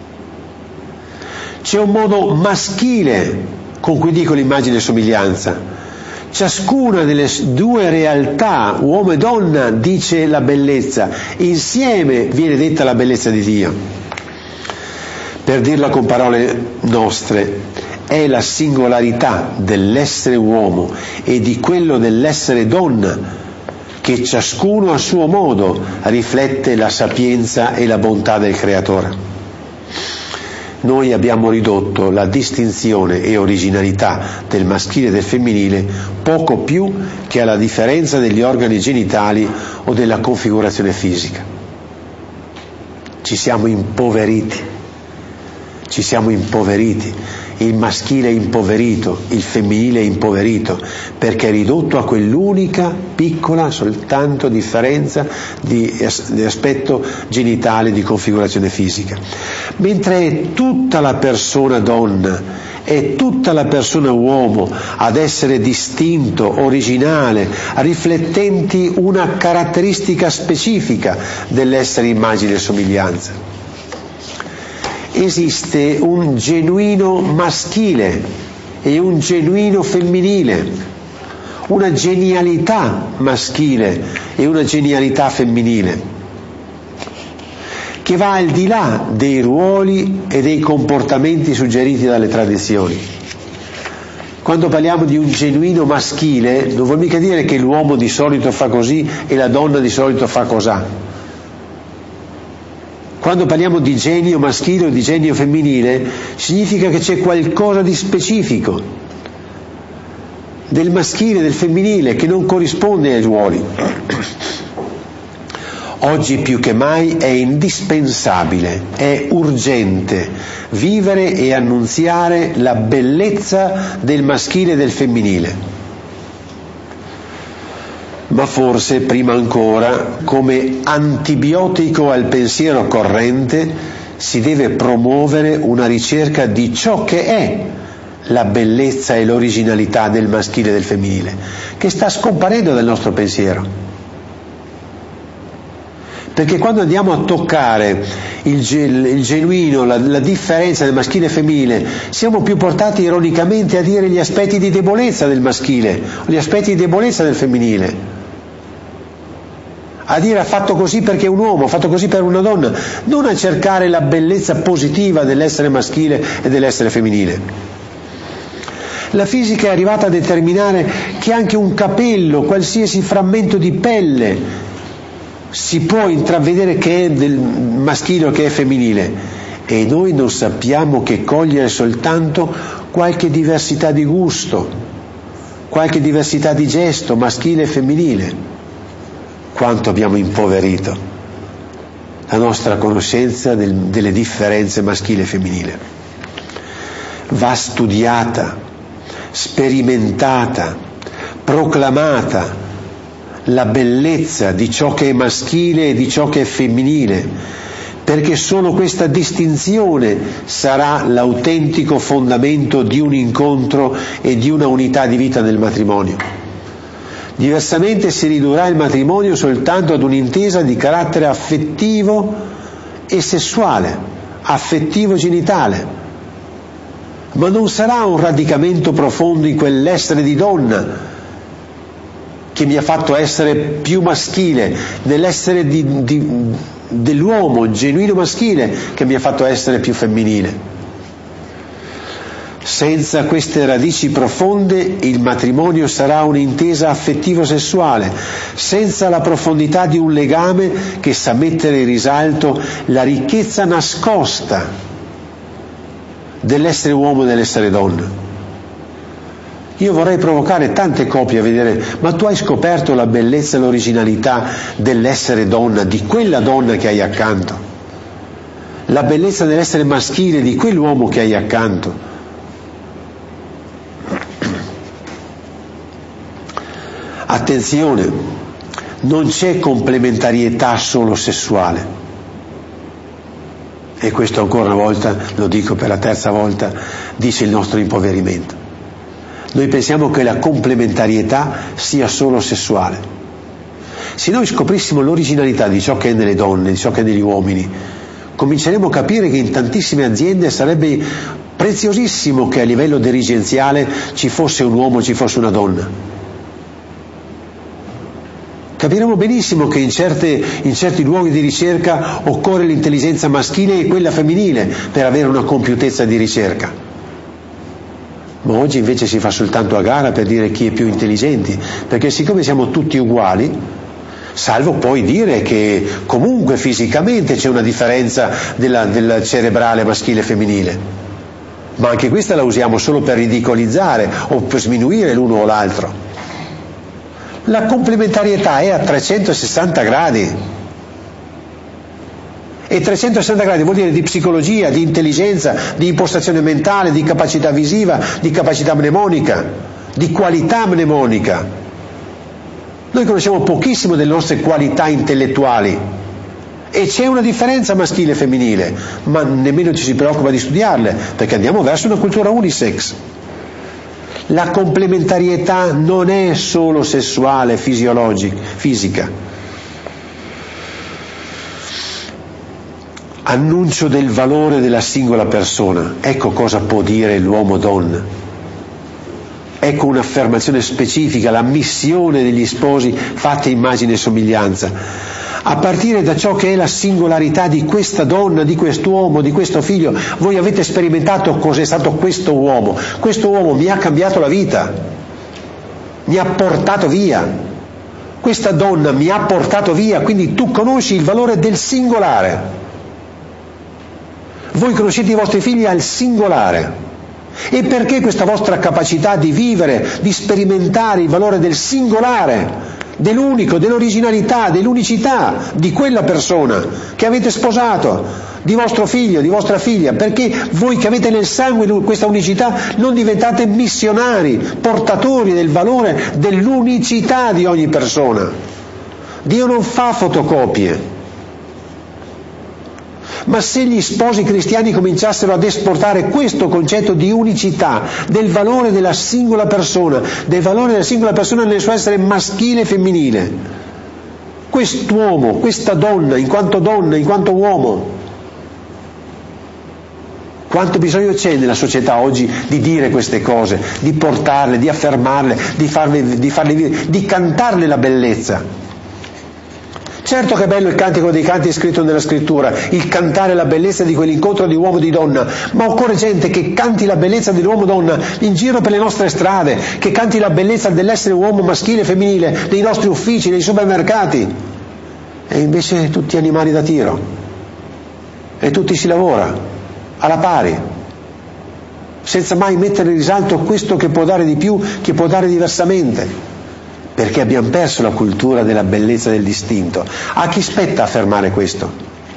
c'è un modo maschile con cui dico l'immagine e somiglianza. Ciascuna delle due realtà, uomo e donna, dice la bellezza, insieme viene detta la bellezza di Dio. Per dirla con parole nostre, è la singolarità dell'essere uomo e di quello dell'essere donna che ciascuno a suo modo riflette la sapienza e la bontà del Creatore. Noi abbiamo ridotto la distinzione e originalità del maschile e del femminile poco più che alla differenza degli organi genitali o della configurazione fisica. Ci siamo impoveriti. Il maschile è impoverito, il femminile è impoverito, perché è ridotto a quell'unica piccola soltanto differenza di aspetto genitale, di configurazione fisica. Mentre è tutta la persona donna, è tutta la persona uomo ad essere distinto, originale, riflettenti una caratteristica specifica dell'essere immagine e somiglianza. esiste un genuino maschile e un genuino femminile, una genialità maschile e una genialità femminile, che va al di là dei ruoli e dei comportamenti suggeriti dalle tradizioni. Quando parliamo di un genuino maschile, non vuol mica dire che l'uomo di solito fa così e la donna di solito fa cosà. Quando parliamo di genio maschile o di genio femminile, significa che c'è qualcosa di specifico del maschile e del femminile che non corrisponde ai ruoli. Oggi più che mai è indispensabile, è urgente vivere e annunziare la bellezza del maschile e del femminile. Ma forse, prima ancora, come antibiotico al pensiero corrente, si deve promuovere una ricerca di ciò che è la bellezza e l'originalità del maschile e del femminile, che sta scomparendo dal nostro pensiero. Perché quando andiamo a toccare il genuino, la differenza del maschile e femminile, siamo più portati ironicamente a dire gli aspetti di debolezza del maschile, gli aspetti di debolezza del femminile. A dire ha fatto così perché è un uomo, ha fatto così per una donna, non a cercare la bellezza positiva dell'essere maschile e dell'essere femminile. La fisica è arrivata a determinare che anche un capello, qualsiasi frammento di pelle, si può intravedere che è del maschile o che è femminile, e noi non sappiamo che cogliere soltanto qualche diversità di gusto, qualche diversità di gesto maschile e femminile. Quanto abbiamo impoverito la nostra conoscenza delle differenze maschile e femminile. Va studiata, sperimentata, proclamata la bellezza di ciò che è maschile e di ciò che è femminile, perché solo questa distinzione sarà l'autentico fondamento di un incontro e di una unità di vita nel matrimonio. Diversamente si ridurrà il matrimonio soltanto ad un'intesa di carattere affettivo e sessuale, affettivo genitale, ma non sarà un radicamento profondo in quell'essere di donna che mi ha fatto essere più maschile, nell'essere dell'uomo genuino maschile che mi ha fatto essere più femminile. Senza queste radici profonde il matrimonio sarà un'intesa affettivo-sessuale, senza la profondità di un legame che sa mettere in risalto la ricchezza nascosta dell'essere uomo e dell'essere donna. Io vorrei provocare tante coppie a vedere, ma tu hai scoperto la bellezza e l'originalità dell'essere donna, di quella donna che hai accanto, la bellezza dell'essere maschile di quell'uomo che hai accanto. Attenzione, non c'è complementarietà solo sessuale, e questo ancora una volta, lo dico per la terza volta, dice il nostro impoverimento. Noi pensiamo che la complementarietà sia solo sessuale. Se noi scoprissimo l'originalità di ciò che è nelle donne, di ciò che è negli uomini, cominceremo a capire che in tantissime aziende sarebbe preziosissimo che a livello dirigenziale ci fosse un uomo, ci fosse una donna. Capiremo benissimo che in certi luoghi di ricerca occorre l'intelligenza maschile e quella femminile per avere una compiutezza di ricerca. Ma oggi invece si fa soltanto a gara per dire chi è più intelligenti, perché siccome siamo tutti uguali, salvo poi dire che comunque fisicamente c'è una differenza del cerebrale maschile e femminile, ma anche questa la usiamo solo per ridicolizzare o per sminuire l'uno o l'altro. La complementarietà è a 360 gradi. E 360 gradi vuol dire di psicologia, di intelligenza, di impostazione mentale, di capacità visiva, di capacità mnemonica, di qualità mnemonica. Noi conosciamo pochissimo delle nostre qualità intellettuali e c'è una differenza maschile e femminile, ma nemmeno ci si preoccupa di studiarle, perché andiamo verso una cultura unisex. La complementarietà non è solo sessuale, fisica. annuncio del valore della singola persona. Ecco cosa può dire l'uomo donna. Ecco un'affermazione specifica, la missione degli sposi fatta immagine e somiglianza, a partire da ciò che è la singolarità di questa donna, di quest'uomo, di questo figlio. Voi avete sperimentato cos'è stato questo uomo. Questo uomo mi ha cambiato la vita, mi ha portato via. Questa donna mi ha portato via, quindi tu conosci il valore del singolare. Voi conoscete i vostri figli al singolare. E perché questa vostra capacità di vivere, di sperimentare il valore del singolare, dell'unico, dell'originalità, dell'unicità di quella persona che avete sposato, di vostro figlio, di vostra figlia, perché voi che avete nel sangue questa unicità non diventate missionari, portatori del valore dell'unicità di ogni persona. Dio non fa fotocopie. Ma se gli sposi cristiani cominciassero ad esportare questo concetto di unicità, del valore della singola persona, del valore della singola persona nel suo essere maschile e femminile, quest'uomo, questa donna, in quanto uomo, quanto bisogno c'è nella società oggi di dire queste cose, di portarle, di affermarle, di farle vivere, di cantarle la bellezza. Certo che è bello il cantico dei canti scritto nella scrittura, il cantare la bellezza di quell'incontro di uomo e di donna, ma occorre gente che canti la bellezza dell'uomo e donna in giro per le nostre strade, che canti la bellezza dell'essere uomo maschile e femminile nei nostri uffici, nei supermercati, e invece tutti animali da tiro, e tutti si lavora alla pari, senza mai mettere in risalto questo che può dare di più, che può dare diversamente. Perché abbiamo perso la cultura della bellezza del distinto. A chi spetta affermare questo?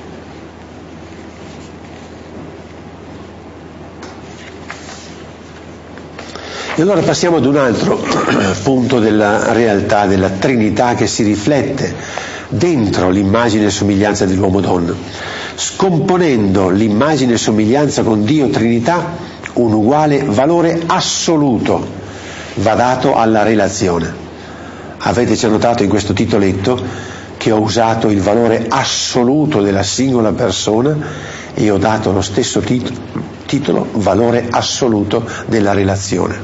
E allora passiamo ad un altro punto della realtà, della Trinità che si riflette dentro l'immagine e somiglianza dell'uomo-donna, scomponendo l'immagine e somiglianza con Dio Trinità, un uguale valore assoluto va dato alla relazione. Avete già notato in questo titoletto che ho usato il valore assoluto della singola persona e ho dato lo stesso titolo, valore assoluto della relazione.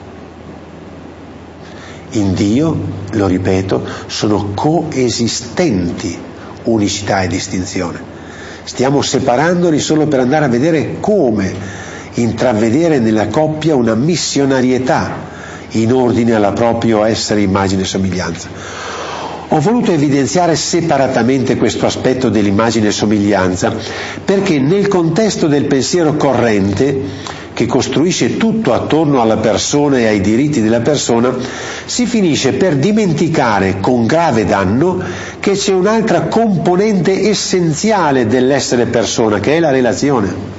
In Dio, lo ripeto, sono coesistenti unicità e distinzione. Stiamo separandoli solo per andare a vedere come intravedere nella coppia una missionarietà in ordine alla proprio essere immagine e somiglianza. Ho voluto evidenziare separatamente questo aspetto dell'immagine e somiglianza perché nel contesto del pensiero corrente, che costruisce tutto attorno alla persona e ai diritti della persona, si finisce per dimenticare con grave danno che c'è un'altra componente essenziale dell'essere persona, che è la relazione.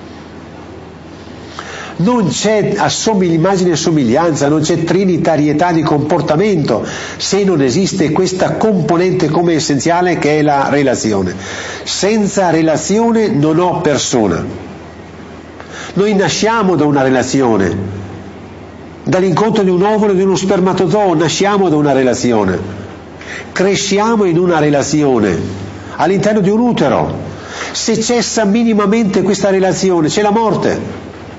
Non c'è immagine e somiglianza, non c'è trinitarietà di comportamento se non esiste questa componente come essenziale che è la relazione. Senza relazione non ho persona. Noi nasciamo da una relazione, dall'incontro di un ovulo e di uno spermatozoo nasciamo da una relazione, cresciamo in una relazione all'interno di un utero. Se cessa minimamente questa relazione c'è la morte.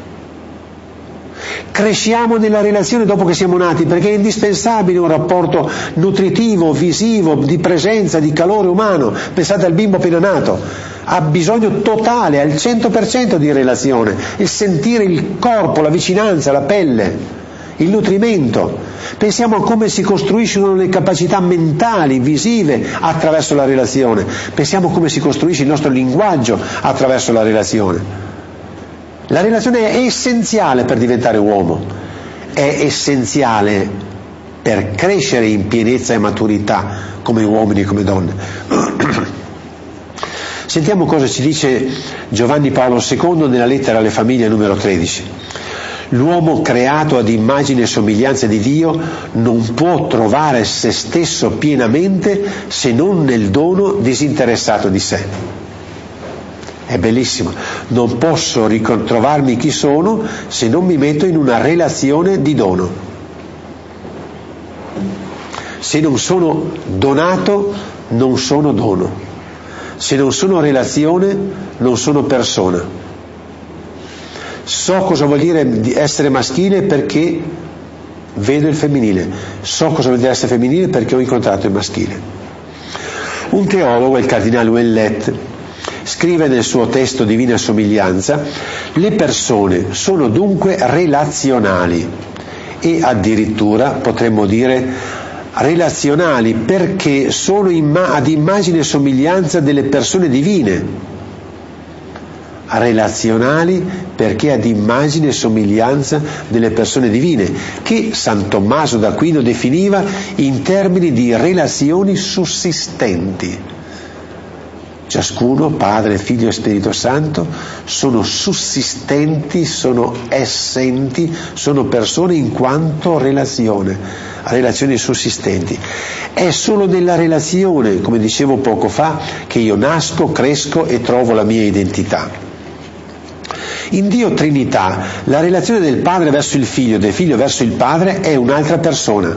Cresciamo nella relazione dopo che siamo nati, perché è indispensabile un rapporto nutritivo, visivo, di presenza, di calore umano. Pensate al bimbo appena nato, ha bisogno totale, al 100% di relazione, il sentire il corpo, la vicinanza, la pelle, il nutrimento. Pensiamo a come si costruiscono le capacità mentali, visive, attraverso la relazione. Pensiamo a come si costruisce il nostro linguaggio attraverso la relazione. La relazione è essenziale per diventare uomo, è essenziale per crescere in pienezza e maturità come uomini e come donne. Sentiamo cosa ci dice Giovanni Paolo II nella lettera alle famiglie numero 13. L'uomo creato ad immagine e somiglianza di Dio non può trovare se stesso pienamente se non nel dono disinteressato di sé. È bellissimo, non posso ritrovarmi chi sono se non mi metto in una relazione di dono. Se non sono donato, non sono dono. Se non sono relazione, non sono persona. So cosa vuol dire essere maschile perché vedo il femminile. So cosa vuol dire essere femminile perché ho incontrato il maschile. Un teologo, il cardinale Ouellet, scrive nel suo testo Divina Somiglianza: le persone sono dunque relazionali e addirittura potremmo dire relazionali perché sono ad immagine e somiglianza delle persone divine. Relazionali perché ad immagine e somiglianza delle persone divine, che San Tommaso d'Aquino definiva in termini di relazioni sussistenti. Ciascuno, Padre, Figlio e Spirito Santo, sono sussistenti, sono essenti, sono persone in quanto relazioni sussistenti. È solo nella relazione, come dicevo poco fa, che io nasco, cresco e trovo la mia identità. In Dio Trinità, la relazione del Padre verso il Figlio, del Figlio verso il Padre, è un'altra persona.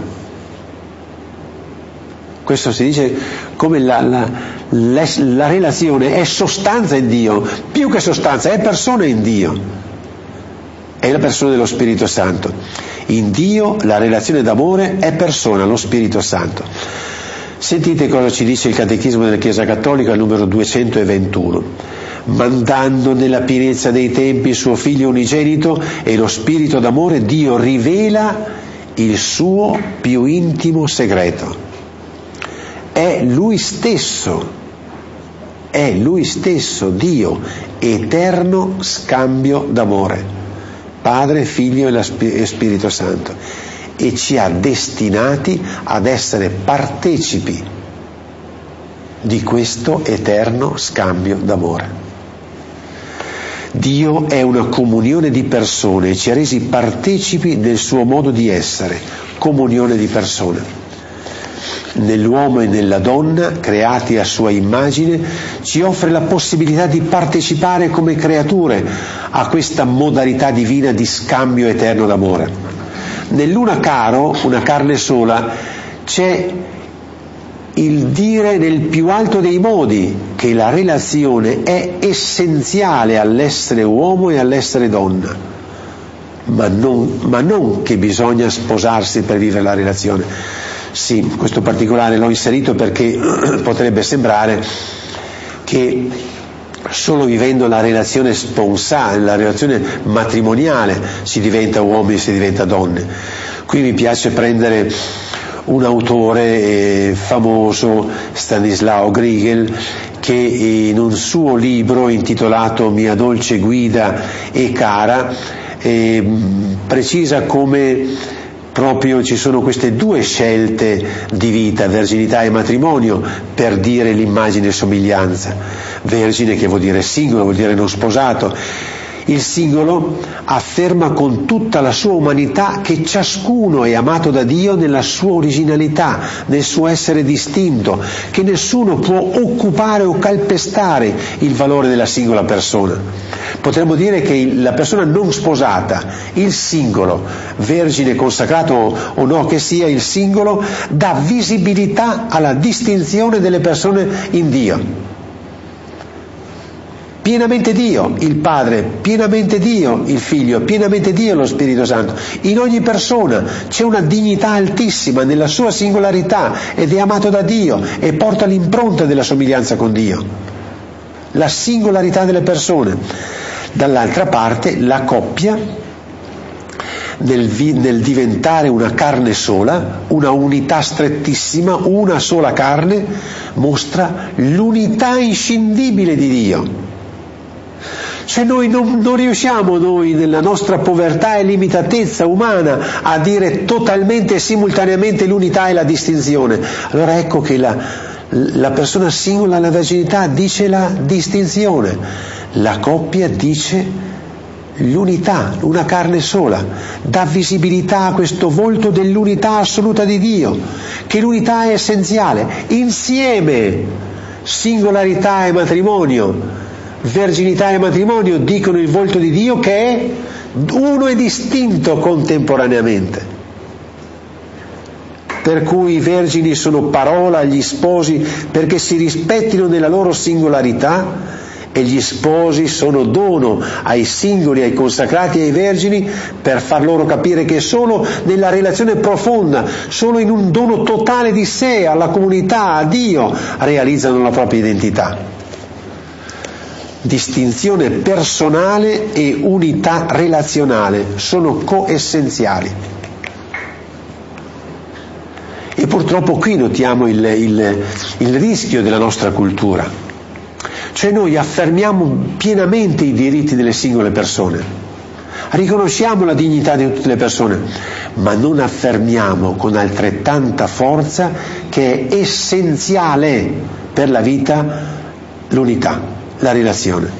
Questo si dice come la relazione è sostanza in Dio, più che sostanza, è persona in Dio. È la persona dello Spirito Santo. In Dio la relazione d'amore è persona, lo Spirito Santo. Sentite cosa ci dice il Catechismo della Chiesa Cattolica, al numero 221. Mandando nella pienezza dei tempi suo Figlio unigenito e lo Spirito d'amore, Dio rivela il suo più intimo segreto. È Lui stesso, Dio, eterno scambio d'amore, Padre, Figlio e Spirito Santo, e ci ha destinati ad essere partecipi di questo eterno scambio d'amore. Dio è una comunione di persone e ci ha resi partecipi del suo modo di essere, comunione di persone. Nell'uomo e nella donna, creati a sua immagine, ci offre la possibilità di partecipare come creature a questa modalità divina di scambio eterno d'amore. Nell'una caro, una carne sola, c'è il dire nel più alto dei modi che la relazione è essenziale all'essere uomo e all'essere donna, ma non che bisogna sposarsi per vivere la relazione. Sì, questo particolare l'ho inserito perché potrebbe sembrare che solo vivendo la relazione sponsale, la relazione matrimoniale, si diventa uomini e si diventa donne. Qui mi piace prendere un autore famoso, Stanislao Grigel, che in un suo libro intitolato Mia dolce guida e cara precisa come proprio ci sono queste due scelte di vita, verginità e matrimonio, per dire l'immagine e somiglianza. Vergine, che vuol dire singolo, vuol dire non sposato. Il singolo afferma con tutta la sua umanità che ciascuno è amato da Dio nella sua originalità, nel suo essere distinto, che nessuno può occupare o calpestare il valore della singola persona. Potremmo dire che la persona non sposata, il singolo, vergine, consacrato o no che sia, il singolo dà visibilità alla distinzione delle persone in Dio. Pienamente Dio il Padre, pienamente Dio il Figlio, pienamente Dio lo Spirito Santo. In ogni persona c'è una dignità altissima nella sua singolarità ed è amato da Dio e porta l'impronta della somiglianza con Dio. La singolarità delle persone. Dall'altra parte la coppia, nel diventare una carne sola, una unità strettissima, una sola carne, mostra l'unità inscindibile di Dio. Cioè noi non riusciamo, nella nostra povertà e limitatezza umana, a dire totalmente e simultaneamente l'unità e la distinzione. Allora ecco che la persona singola, la verginità, dice la distinzione, la coppia dice l'unità, una carne sola, dà visibilità a questo volto dell'unità assoluta di Dio, che l'unità è essenziale, insieme singolarità e matrimonio, verginità e matrimonio dicono il volto di Dio che è uno e distinto contemporaneamente. per cui i vergini sono parola agli sposi perché si rispettino nella loro singolarità, e gli sposi sono dono ai singoli, ai consacrati e ai vergini per far loro capire che solo nella relazione profonda, solo in un dono totale di sé, alla comunità, a Dio, realizzano la propria identità. Distinzione personale e unità relazionale sono coessenziali. E purtroppo qui notiamo il rischio della nostra cultura. Cioè noi affermiamo pienamente i diritti delle singole persone, riconosciamo la dignità di tutte le persone, ma non affermiamo con altrettanta forza che è essenziale per la vita l'unità, la relazione.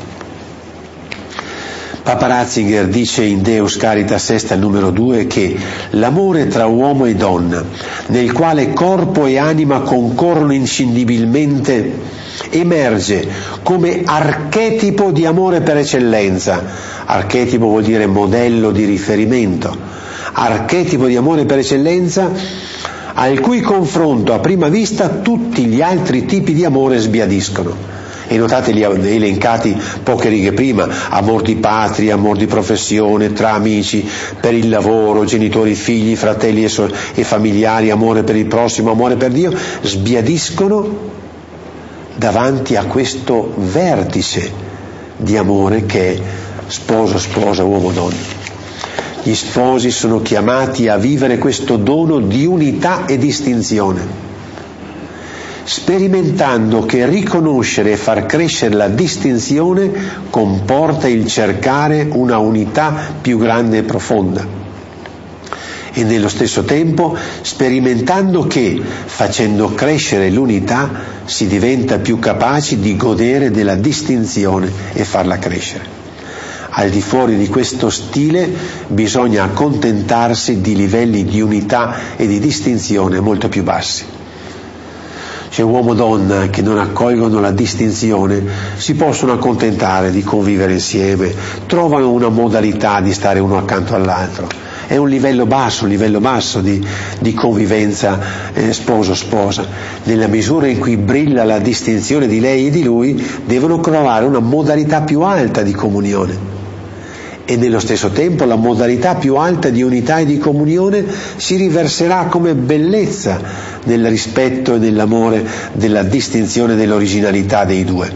Papa Ratzinger dice in Deus Caritas Est al numero 2 che l'amore tra uomo e donna, nel quale corpo e anima concorrono inscindibilmente, emerge come archetipo di amore per eccellenza. Archetipo vuol dire modello di riferimento. Archetipo di amore per eccellenza, al cui confronto a prima vista tutti gli altri tipi di amore sbiadiscono. E notate li elencati poche righe prima: amor di patria, amor di professione, tra amici, per il lavoro, genitori, figli, fratelli e familiari, amore per il prossimo, amore per Dio, sbiadiscono davanti a questo vertice di amore che è sposo, sposa, uomo, donna. Gli sposi sono chiamati a vivere questo dono di unità e distinzione, sperimentando che riconoscere e far crescere la distinzione comporta il cercare una unità più grande e profonda, e nello stesso tempo sperimentando che, facendo crescere l'unità, si diventa più capaci di godere della distinzione e farla crescere. Al di fuori di questo stile bisogna accontentarsi di livelli di unità e di distinzione molto più bassi. C'è uomo-donna che non accolgono la distinzione, si possono accontentare di convivere insieme, trovano una modalità di stare uno accanto all'altro. È un livello basso di convivenza sposo-sposa. Nella misura in cui brilla la distinzione di lei e di lui, devono trovare una modalità più alta di comunione. E nello stesso tempo la modalità più alta di unità e di comunione si riverserà come bellezza nel rispetto e nell'amore della distinzione e dell'originalità dei due.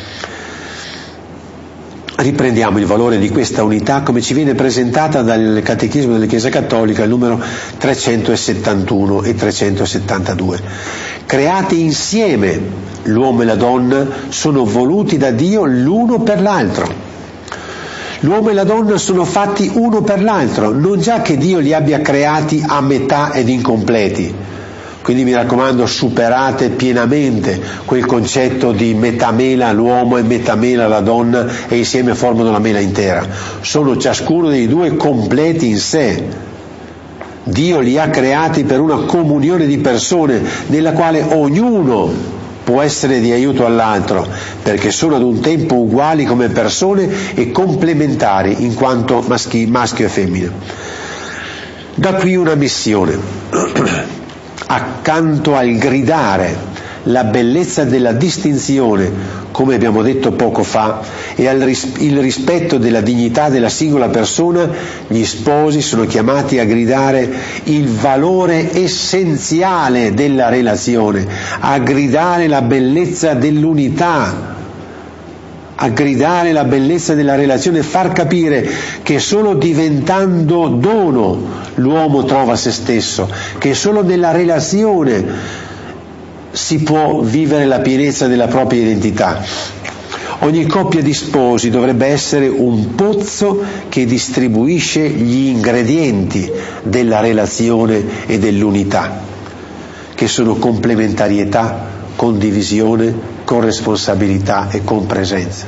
Riprendiamo il valore di questa unità come ci viene presentata dal Catechismo della Chiesa Cattolica, il numero 371 e 372. Creati insieme, l'uomo e la donna sono voluti da Dio l'uno per l'altro. L'uomo e la donna sono fatti uno per l'altro, non già che Dio li abbia creati a metà ed incompleti. Quindi mi raccomando, superate pienamente quel concetto di metà mela l'uomo e metà mela la donna e insieme formano la mela intera. Sono ciascuno dei due completi in sé. Dio li ha creati per una comunione di persone nella quale ognuno può essere di aiuto all'altro, perché sono ad un tempo uguali come persone e complementari in quanto maschio e femmina. Da qui una missione. Accanto al gridare la bellezza della distinzione, come abbiamo detto poco fa, e il rispetto della dignità della singola persona, gli sposi sono chiamati a gridare il valore essenziale della relazione, a gridare la bellezza dell'unità, a gridare la bellezza della relazione, far capire che solo diventando dono l'uomo trova se stesso, che solo nella relazione si può vivere la pienezza della propria identità. Ogni coppia di sposi dovrebbe essere un pozzo che distribuisce gli ingredienti della relazione e dell'unità, che sono complementarietà, condivisione, corresponsabilità e compresenza.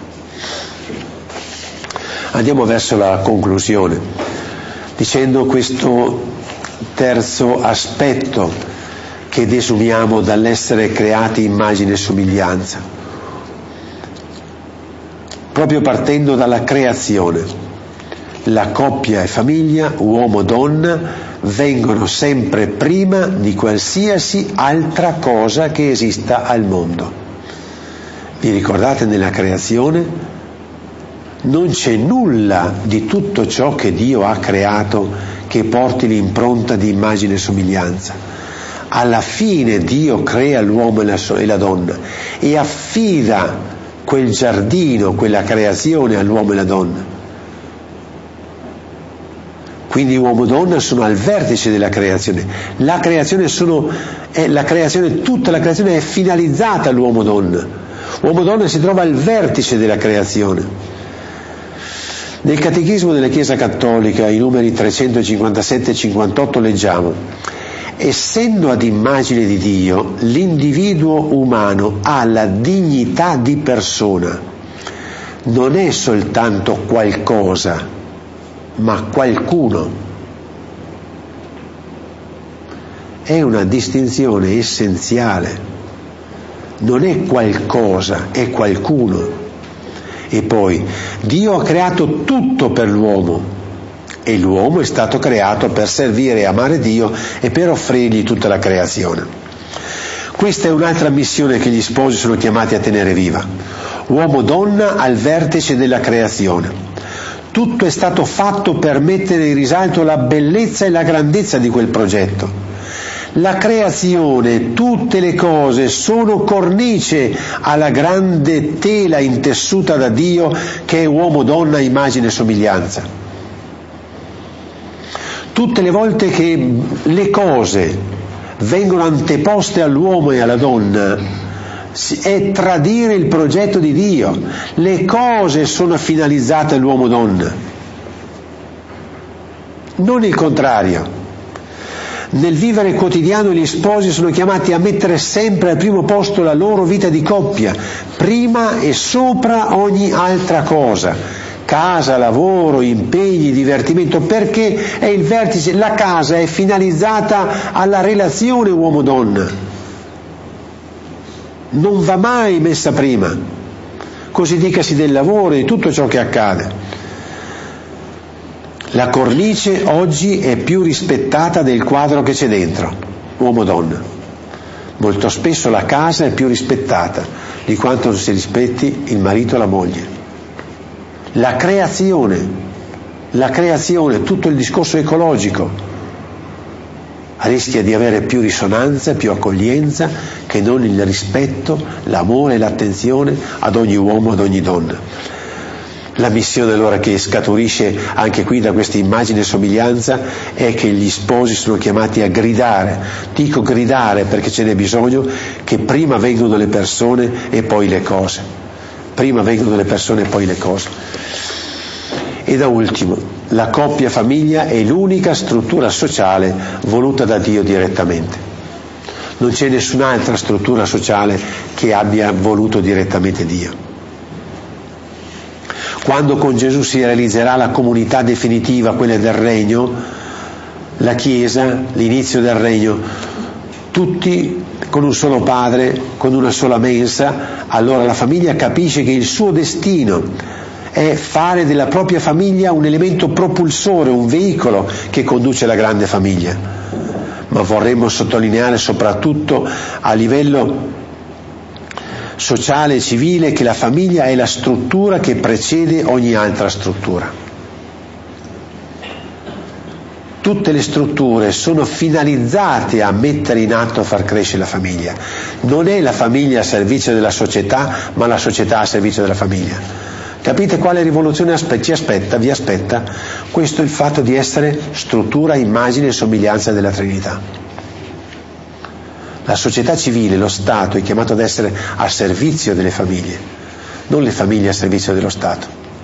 Andiamo verso la conclusione, dicendo questo terzo aspetto che desumiamo dall'essere creati immagine e somiglianza, proprio partendo dalla creazione. la coppia e famiglia, uomo-donna, vengono sempre prima di qualsiasi altra cosa che esista al mondo. Vi ricordate nella creazione? Non c'è nulla di tutto ciò che Dio ha creato che porti l'impronta di immagine e somiglianza. Alla fine Dio crea l'uomo e la donna e affida quel giardino, quella creazione all'uomo e alla donna. Quindi uomo e donna sono al vertice della creazione. La creazione tutta la creazione è finalizzata all'uomo e donna. Uomo e donna si trova al vertice della creazione. Nel Catechismo della Chiesa Cattolica, i numeri 357 e 58, leggiamo: essendo ad immagine di Dio, l'individuo umano ha la dignità di persona. Non è soltanto qualcosa, ma qualcuno. È una distinzione essenziale. Non è qualcosa, è qualcuno. E poi Dio ha creato tutto per l'uomo e l'uomo è stato creato per servire e amare Dio e per offrirgli tutta la creazione. Questa è un'altra missione che gli sposi sono chiamati a tenere viva. Uomo-donna al vertice della creazione. Tutto è stato fatto per mettere in risalto la bellezza e la grandezza di quel progetto. La creazione, tutte le cose sono cornice alla grande tela intessuta da Dio che è uomo-donna, immagine e somiglianza. Tutte le volte che le cose vengono anteposte all'uomo e alla donna è tradire il progetto di Dio. Le cose sono finalizzate all'uomo-donna, non il contrario. Nel vivere quotidiano gli sposi sono chiamati a mettere sempre al primo posto la loro vita di coppia, prima e sopra ogni altra cosa. Casa, lavoro, impegni, divertimento, perché è il vertice. La casa è finalizzata alla relazione uomo-donna. Non va mai messa prima. Così dicasi del lavoro e di tutto ciò che accade. La cornice oggi è più rispettata del quadro che c'è dentro, uomo-donna. Molto spesso la casa è più rispettata di quanto non si rispetti il marito e la moglie. La creazione, tutto il discorso ecologico rischia di avere più risonanza, più accoglienza che non il rispetto, l'amore e l'attenzione ad ogni uomo, ad ogni donna. La missione allora che scaturisce anche qui da questa immagine e somiglianza è che gli sposi sono chiamati a gridare. Dico gridare perché ce n'è bisogno, che prima vengono le persone e poi le cose. Prima vengono le persone e poi le cose. E da ultimo, la coppia famiglia è l'unica struttura sociale voluta da Dio direttamente. Non c'è nessun'altra struttura sociale che abbia voluto direttamente Dio. Quando con Gesù si realizzerà la comunità definitiva, quella del regno, la Chiesa, l'inizio del regno, tutti con un solo padre, con una sola mensa, allora la famiglia capisce che il suo destino è fare della propria famiglia un elemento propulsore, un veicolo che conduce la grande famiglia. Ma vorremmo sottolineare soprattutto a livello sociale e civile che la famiglia è la struttura che precede ogni altra struttura. Tutte le strutture sono finalizzate a mettere in atto, a far crescere la famiglia. Non è la famiglia a servizio della società, ma la società a servizio della famiglia. Capite quale rivoluzione vi aspetta? Questo è il fatto di essere struttura, immagine e somiglianza della Trinità. La società civile, lo Stato, è chiamato ad essere a servizio delle famiglie, non le famiglie a servizio dello Stato.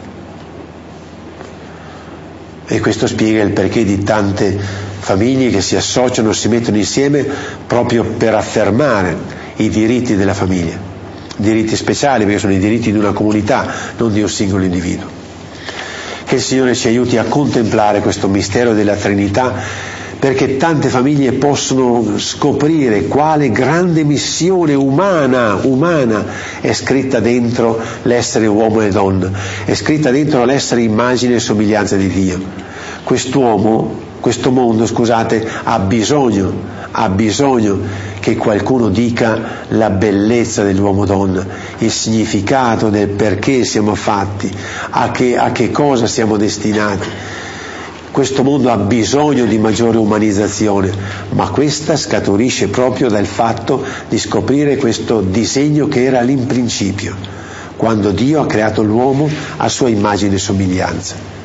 E questo spiega il perché di tante famiglie che si associano, si mettono insieme proprio per affermare i diritti della famiglia, diritti speciali perché sono i diritti di una comunità, non di un singolo individuo. Che il Signore ci aiuti a contemplare questo mistero della Trinità perché tante famiglie possono scoprire quale grande missione umana è scritta dentro l'essere uomo e donna, è scritta dentro l'essere immagine e somiglianza di Dio. Questo mondo, ha bisogno che qualcuno dica la bellezza dell'uomo-donna, il significato del perché siamo fatti, a che cosa siamo destinati. Questo mondo ha bisogno di maggiore umanizzazione, ma questa scaturisce proprio dal fatto di scoprire questo disegno che era lì in principio, quando Dio ha creato l'uomo a sua immagine e somiglianza.